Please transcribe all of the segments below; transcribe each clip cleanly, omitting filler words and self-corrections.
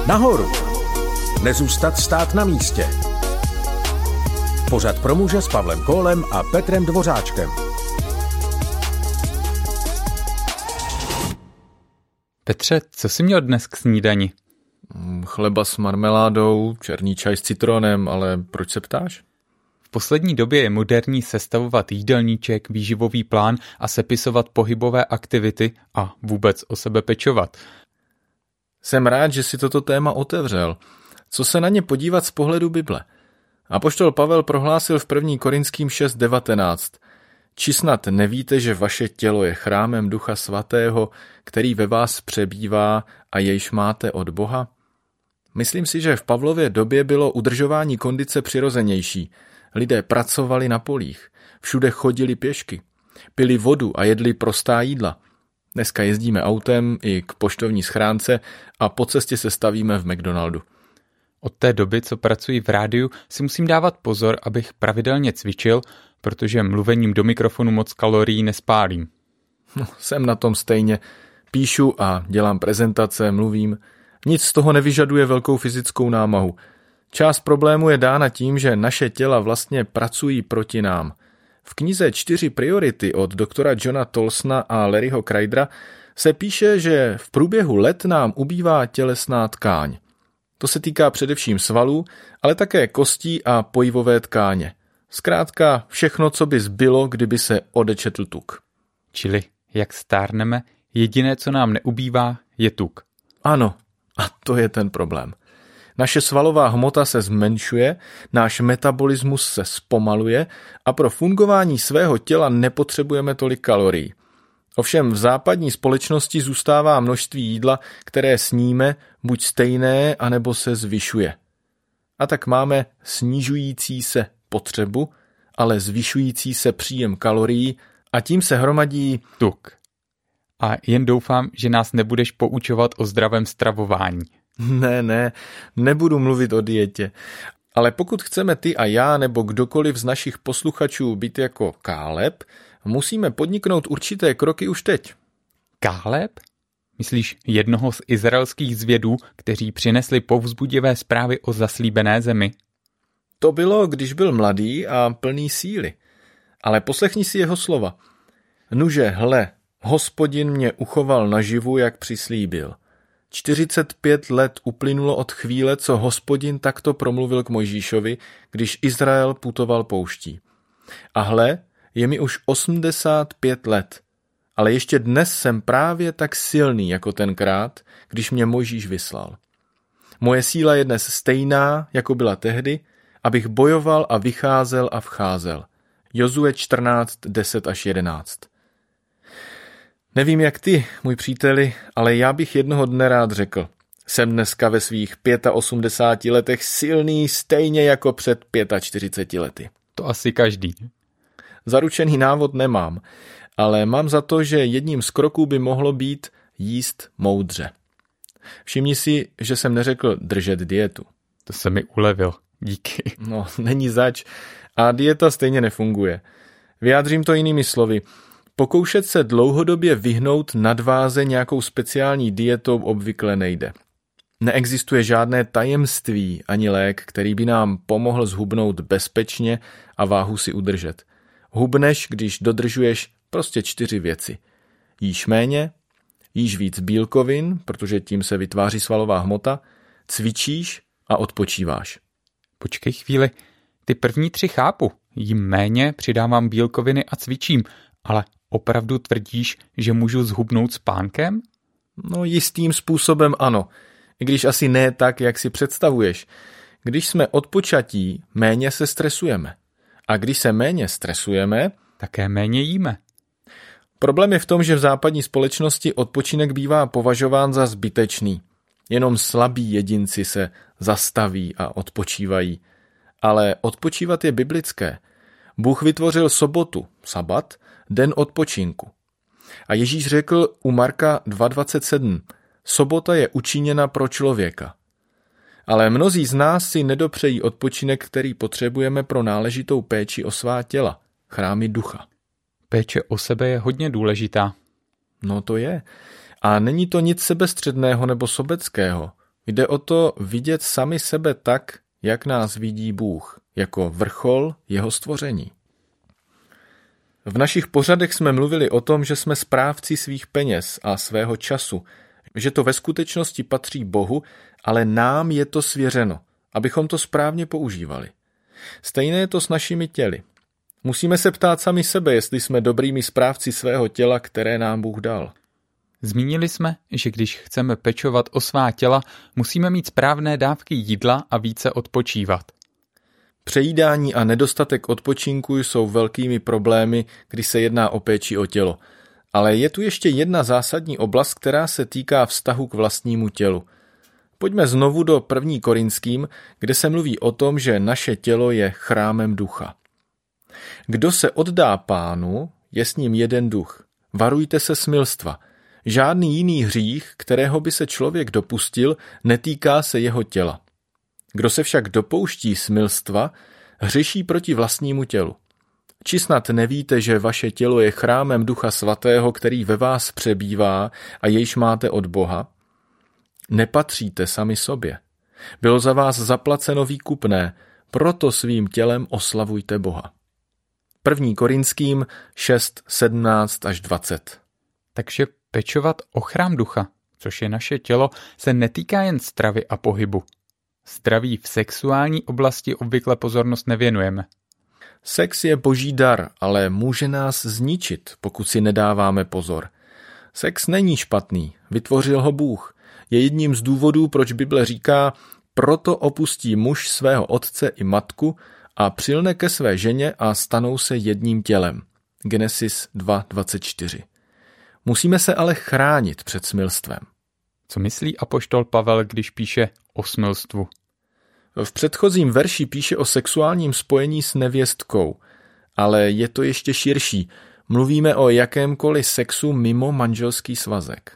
Nahoru. Nezůstat stát na místě. Pořad pro muže s Pavlem Kólem a Petrem Dvořáčkem. Petře, co jsi měl dnes k snídani? Chleba s marmeládou, černý čaj s citronem, ale proč se ptáš? V poslední době je moderní sestavovat jídelníček, výživový plán a sepisovat pohybové aktivity a vůbec o sebe pečovat. Jsem rád, že si toto téma otevřel. Co se na ně podívat z pohledu Bible? Apoštol Pavel prohlásil v 1. Korinským 6:19. Či snad nevíte, že vaše tělo je chrámem Ducha Svatého, který ve vás přebývá a jejž máte od Boha? Myslím si, že v Pavlově době bylo udržování kondice přirozenější. Lidé pracovali na polích, všude chodili pěšky, pili vodu a jedli prostá jídla. Dneska jezdíme autem i k poštovní schránce a po cestě se stavíme v McDonaldu. Od té doby, co pracuji v rádiu, si musím dávat pozor, abych pravidelně cvičil, protože mluvením do mikrofonu moc kalorií nespálím. Jsem na tom stejně. Píšu a dělám prezentace, mluvím. Nic z toho nevyžaduje velkou fyzickou námahu. Část problému je dána tím, že naše těla vlastně pracují proti nám. V knize 4 priority od doktora Johna Tolsona a Larryho Kreidera se píše, že v průběhu let nám ubývá tělesná tkáň. To se týká především svalů, ale také kostí a pojivové tkáně. Zkrátka všechno, co by zbylo, kdyby se odečetl tuk. Čili, jak stárneme, jediné, co nám neubývá, je tuk. Ano, a to je ten problém. Naše svalová hmota se zmenšuje, náš metabolismus se zpomaluje a pro fungování svého těla nepotřebujeme tolik kalorií. Ovšem v západní společnosti zůstává množství jídla, které sníme, buď stejné, anebo se zvyšuje. A tak máme snižující se potřebu, ale zvyšující se příjem kalorií a tím se hromadí tuk. A jen doufám, že nás nebudeš poučovat o zdravém stravování. Ne, nebudu mluvit o dietě. Ale pokud chceme ty a já nebo kdokoliv z našich posluchačů být jako Káleb, musíme podniknout určité kroky už teď. Káleb? Myslíš jednoho z izraelských zvědů, kteří přinesli povzbudivé zprávy o zaslíbené zemi? To bylo, když byl mladý a plný síly. Ale poslechni si jeho slova. Nuže, hle, Hospodin mě uchoval naživu, jak přislíbil. 45 let uplynulo od chvíle, co Hospodin takto promluvil k Mojžíšovi, když Izrael putoval pouští. A hle, je mi už 85 let, ale ještě dnes jsem právě tak silný jako tenkrát, když mě Mojžíš vyslal. Moje síla je dnes stejná, jako byla tehdy, abych bojoval a vycházel a vcházel. Jozue 14, 10-11. Nevím jak ty, můj příteli, ale já bych jednoho dne rád řekl. Jsem dneska ve svých 85 letech silný stejně jako před 45 lety. To asi každý. Zaručený návod nemám, ale mám za to, že jedním z kroků by mohlo být jíst moudře. Všimni si, že jsem neřekl držet dietu. To se mi ulevil, díky. No, není zač. A dieta stejně nefunguje. Vyjádřím to jinými slovy. Pokoušet se dlouhodobě vyhnout nadváze nějakou speciální dietou obvykle nejde. Neexistuje žádné tajemství ani lék, který by nám pomohl zhubnout bezpečně a váhu si udržet. Hubneš, když dodržuješ prostě 4 věci. Jíš méně, jíš víc bílkovin, protože tím se vytváří svalová hmota, cvičíš a odpočíváš. Počkej chvíli, ty první 3 chápu. Jím méně, přidávám bílkoviny a cvičím, ale opravdu tvrdíš, že můžu zhubnout spánkem? No jistým způsobem ano, i když asi ne tak, jak si představuješ. Když jsme odpočatí, méně se stresujeme. A když se méně stresujeme, také méně jíme. Problém je v tom, že v západní společnosti odpočinek bývá považován za zbytečný. Jenom slabí jedinci se zastaví a odpočívají. Ale odpočívat je biblické. Bůh vytvořil sobotu, sabat, den odpočinku. A Ježíš řekl u Marka 2.27, sobota je učiněna pro člověka. Ale mnozí z nás si nedopřejí odpočinek, který potřebujeme pro náležitou péči o svá těla, chrámy ducha. Péče o sebe je hodně důležitá. No to je. A není to nic sebestředného nebo sobeckého. Jde o to vidět sami sebe tak, jak nás vidí Bůh, jako vrchol jeho stvoření. V našich pořadech jsme mluvili o tom, že jsme správci svých peněz a svého času, že to ve skutečnosti patří Bohu, ale nám je to svěřeno, abychom to správně používali. Stejné je to s našimi těly. Musíme se ptát sami sebe, jestli jsme dobrými správci svého těla, které nám Bůh dal. Zmínili jsme, že když chceme pečovat o svá těla, musíme mít správné dávky jídla a více odpočívat. Přejídání a nedostatek odpočinku jsou velkými problémy, když se jedná o péči o tělo. Ale je tu ještě jedna zásadní oblast, která se týká vztahu k vlastnímu tělu. Pojďme znovu do 1. Korinským, kde se mluví o tom, že naše tělo je chrámem ducha. Kdo se oddá Pánu, je s ním jeden duch. Varujte se smilstva. Žádný jiný hřích, kterého by se člověk dopustil, netýká se jeho těla. Kdo se však dopouští smilstva, hřeší proti vlastnímu tělu. Či snad nevíte, že vaše tělo je chrámem Ducha Svatého, který ve vás přebývá a jejž máte od Boha? Nepatříte sami sobě. Bylo za vás zaplaceno výkupné, proto svým tělem oslavujte Boha. 1. Korinským 6, 17 až 20. Takže pečovat o chrám ducha, což je naše tělo, se netýká jen stravy a pohybu. Zdraví v sexuální oblasti obvykle pozornost nevěnujeme. Sex je boží dar, ale může nás zničit, pokud si nedáváme pozor. Sex není špatný, vytvořil ho Bůh. Je jedním z důvodů, proč Bible říká, proto opustí muž svého otce i matku a přilne ke své ženě a stanou se jedním tělem. Genesis 2:24. Musíme se ale chránit před smilstvem. Co myslí apoštol Pavel, když píše o smilstvu? V předchozím verši píše o sexuálním spojení s nevěstkou, ale je to ještě širší. Mluvíme o jakémkoliv sexu mimo manželský svazek.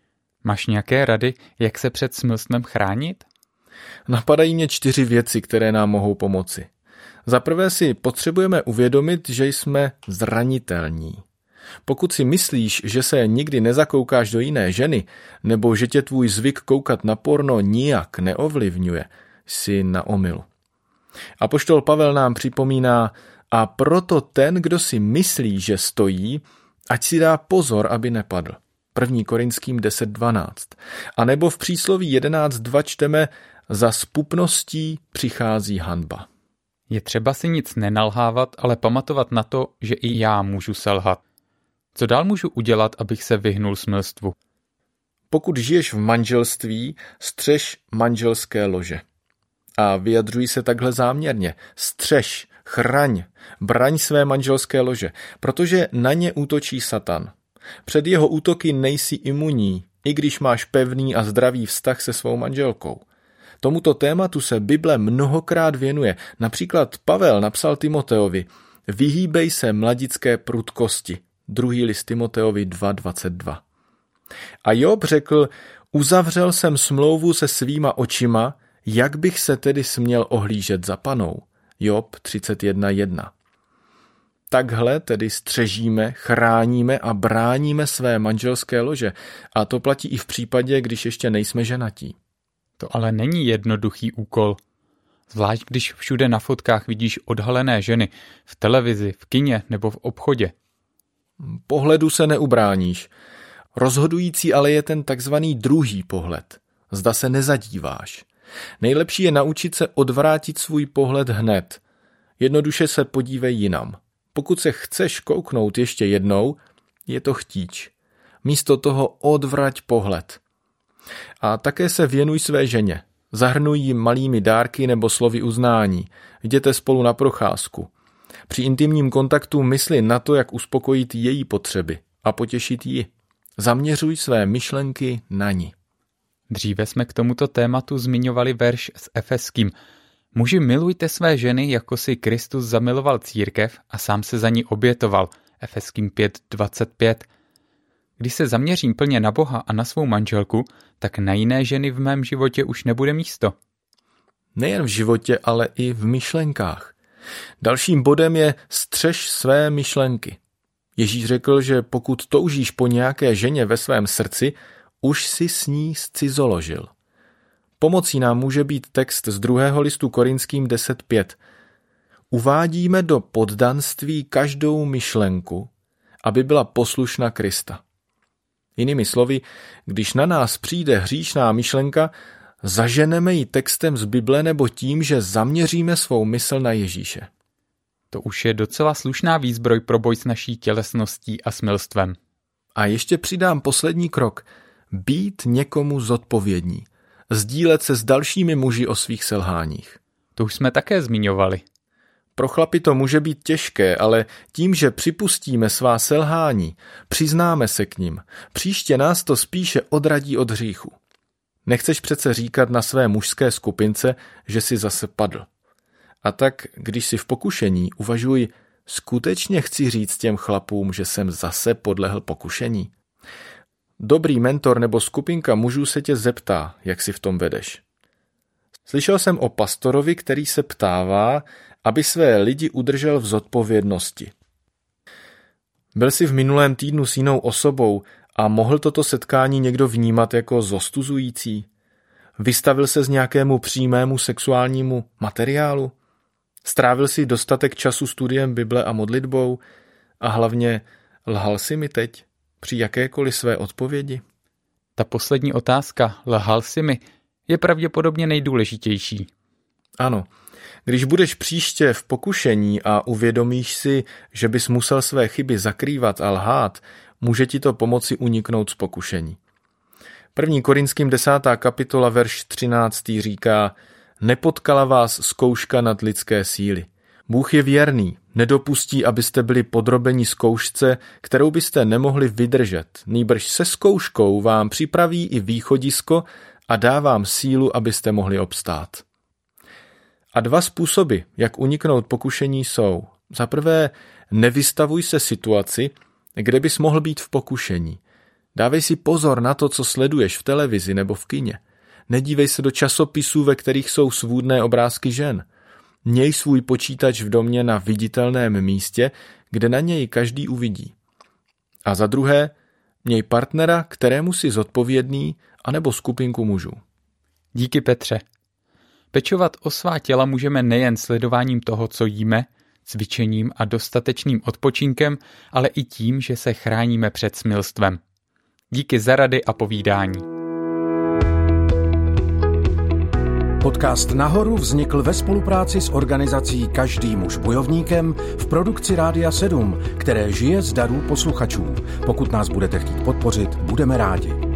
Máš nějaké rady, jak se před smilstvem chránit? Napadají mě 4 věci, které nám mohou pomoci. Za prvé si potřebujeme uvědomit, že jsme zranitelní. Pokud si myslíš, že se nikdy nezakoukáš do jiné ženy, nebo že tě tvůj zvyk koukat na porno nijak neovlivňuje, jsi na omylu. Apoštol Pavel nám připomíná, a proto ten, kdo si myslí, že stojí, ať si dá pozor, aby nepadl. 1. Korinským 10:12. A nebo v přísloví 11:2 čteme, za zpupností přichází hanba. Je třeba si nic nenalhávat, ale pamatovat na to, že i já můžu selhat. Co dál můžu udělat, abych se vyhnul smilstvu? Pokud žiješ v manželství, střež manželské lože. A vyjadřuj se takhle záměrně. Střež, chraň, braň své manželské lože, protože na ně útočí Satan. Před jeho útoky nejsi imunní, i když máš pevný a zdravý vztah se svou manželkou. Tomuto tématu se Bible mnohokrát věnuje. Například Pavel napsal Timoteovi, vyhýbej se mladické prudkosti. 2. list Timoteovi 2:22. A Job řekl, uzavřel jsem smlouvu se svýma očima, jak bych se tedy směl ohlížet za panou. Job 31:1. Takhle tedy střežíme, chráníme a bráníme své manželské lože. A to platí i v případě, když ještě nejsme ženatí. To ale není jednoduchý úkol. Zvlášť když všude na fotkách vidíš odhalené ženy, v televizi, v kině nebo v obchodě. Pohledu se neubráníš. Rozhodující ale je ten takzvaný druhý pohled. Zda se nezadíváš. Nejlepší je naučit se odvrátit svůj pohled hned. Jednoduše se podívej jinam. Pokud se chceš kouknout ještě jednou, je to chtíč. Místo toho odvrať pohled. A také se věnuj své ženě. Zahrnuj jí malými dárky nebo slovy uznání. Jděte spolu na procházku. Při intimním kontaktu mysli na to, jak uspokojit její potřeby a potěšit ji. Zaměřuj své myšlenky na ní. Dříve jsme k tomuto tématu zmiňovali verš s Efeským. Muži, milujte své ženy, jako si Kristus zamiloval církev a sám se za ní obětoval. Efeským 5:25. Když se zaměřím plně na Boha a na svou manželku, tak na jiné ženy v mém životě už nebude místo. Nejen v životě, ale i v myšlenkách. Dalším bodem je střež své myšlenky. Ježíš řekl, že pokud toužíš po nějaké ženě ve svém srdci, už si s ní zcizoložil. Pomocí nám může být text z 2. listu Korinským 10.5. Uvádíme do poddanství každou myšlenku, aby byla poslušna Krista. Jinými slovy, když na nás přijde hříšná myšlenka, zaženeme ji textem z Bible nebo tím, že zaměříme svou mysl na Ježíše. To už je docela slušná výzbroj pro boj s naší tělesností a smilstvem. A ještě přidám poslední krok. Být někomu zodpovědní. Sdílet se s dalšími muži o svých selháních. To už jsme také zmiňovali. Pro chlapy to může být těžké, ale tím, že připustíme svá selhání, přiznáme se k nim, příště nás to spíše odradí od hříchu. Nechceš přece říkat na své mužské skupince, že jsi zase padl. A tak, když jsi v pokušení, uvažuj, skutečně chci říct těm chlapům, že jsem zase podlehl pokušení. Dobrý mentor nebo skupinka mužů se tě zeptá, jak si v tom vedeš. Slyšel jsem o pastorovi, který se ptává, aby své lidi udržel v zodpovědnosti. Byl jsi v minulém týdnu s jinou osobou a mohl toto setkání někdo vnímat jako zostuzující? Vystavil se z nějakému přímému sexuálnímu materiálu? Strávil jsi dostatek času studiem Bible a modlitbou? A hlavně, lhal jsi mi teď při jakékoliv své odpovědi? Ta poslední otázka, lhal jsi mi, je pravděpodobně nejdůležitější. Ano, když budeš příště v pokušení a uvědomíš si, že bys musel své chyby zakrývat a lhát, může ti to pomoci uniknout z pokušení. 1. Korinským 10. kapitola verš 13. říká: Nepotkala vás zkouška nad lidské síly. Bůh je věrný, nedopustí, abyste byli podrobeni zkoušce, kterou byste nemohli vydržet. Nýbrž se zkouškou vám připraví i východisko a dá vám sílu, abyste mohli obstát. A 2 způsoby, jak uniknout pokušení, jsou: za prvé, nevystavuj se situaci, kde bys mohl být v pokušení. Dávej si pozor na to, co sleduješ v televizi nebo v kině. Nedívej se do časopisů, ve kterých jsou svůdné obrázky žen. Měj svůj počítač v domě na viditelném místě, kde na něj každý uvidí. A za druhé, měj partnera, kterému si zodpovědný, anebo skupinku mužů. Díky, Petře. Pečovat o svá těla můžeme nejen sledováním toho, co jíme, cvičením a dostatečným odpočinkem, ale i tím, že se chráníme před smilstvem. Díky za rady a povídání. Podcast Nahoru vznikl ve spolupráci s organizací Každý muž bojovníkem v produkci Rádia 7, které žije z darů posluchačů. Pokud nás budete chtít podpořit, budeme rádi.